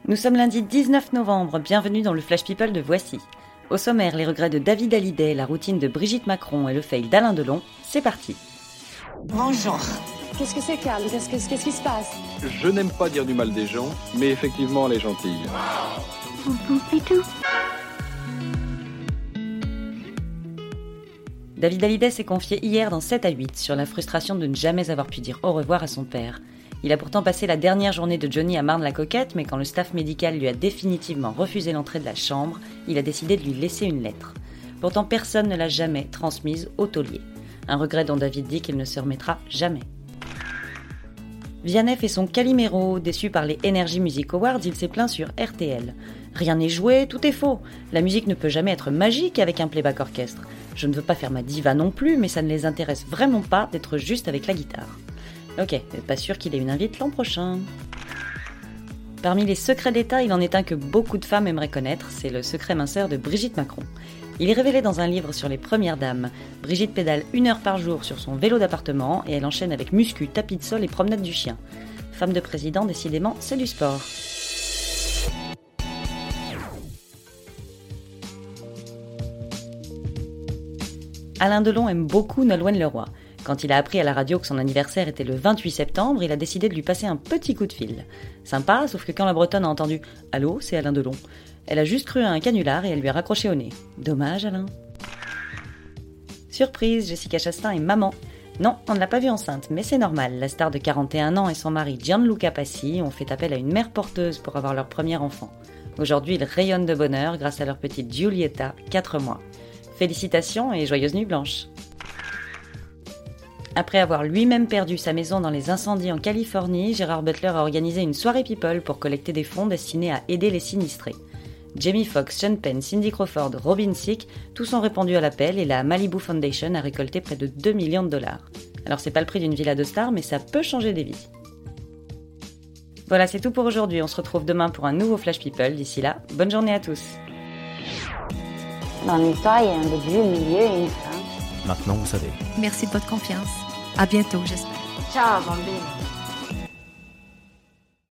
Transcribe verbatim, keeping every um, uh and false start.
Nous sommes lundi dix-neuf novembre, bienvenue dans le Flash People de Voici. Au sommaire, les regrets de David Hallyday, la routine de Brigitte Macron et le fail d'Alain Delon. C'est parti. Bonjour. Qu'est-ce que c'est, Carl ? Qu'est-ce, que, qu'est-ce qui se passe ? Je n'aime pas dire du mal des gens, mais effectivement, elle est gentille. David Hallyday s'est confié hier dans sept à huit sur la frustration de ne jamais avoir pu dire au revoir à son père. Il a pourtant passé la dernière journée de Johnny à Marne-la-Coquette, mais quand le staff médical lui a définitivement refusé l'entrée de la chambre, il a décidé de lui laisser une lettre. Pourtant, personne ne l'a jamais transmise au taulier. Un regret dont David dit qu'il ne se remettra jamais. Vianney fait son Calimero. Déçu par les Energy Music Awards, il s'est plaint sur R T L. Rien n'est joué, tout est faux. La musique ne peut jamais être magique avec un playback orchestre. Je ne veux pas faire ma diva non plus, mais ça ne les intéresse vraiment pas d'être juste avec la guitare. Ok, mais pas sûr qu'il ait une invite l'an prochain. Parmi les secrets d'État, il en est un que beaucoup de femmes aimeraient connaître, c'est le secret minceur de Brigitte Macron. Il est révélé dans un livre sur les premières dames. Brigitte pédale une heure par jour sur son vélo d'appartement et elle enchaîne avec muscu, tapis de sol et promenade du chien. Femme de président, décidément, c'est du sport. Alain Delon aime beaucoup Nolwenn Leroy. Quand il a appris à la radio que son anniversaire était le vingt-huit septembre, il a décidé de lui passer un petit coup de fil. Sympa, sauf que quand la Bretonne a entendu « Allô, c'est Alain Delon », elle a juste cru à un canular et elle lui a raccroché au nez. Dommage, Alain. Surprise, Jessica Chastain est maman. Non, on ne l'a pas vue enceinte, mais c'est normal. La star de quarante et un ans et son mari Gianluca Passi ont fait appel à une mère porteuse pour avoir leur premier enfant. Aujourd'hui, ils rayonnent de bonheur grâce à leur petite Giulietta, quatre mois. Félicitations et joyeuse nuit blanche. Après avoir lui-même perdu sa maison dans les incendies en Californie, Gérard Butler a organisé une soirée people pour collecter des fonds destinés à aider les sinistrés. Jamie Foxx, Sean Penn, Cindy Crawford, Robin Thicke, tous ont répondu à l'appel et la Malibu Foundation a récolté près de deux millions de dollars. Alors c'est pas le prix d'une villa de star, mais ça peut changer des vies. Voilà, c'est tout pour aujourd'hui. On se retrouve demain pour un nouveau Flash People. D'ici là, bonne journée à tous. Dans l'histoire, il y a un début, un milieu et une fin. Maintenant, vous savez. Merci de votre confiance. À bientôt, j'espère. Ciao, bambine.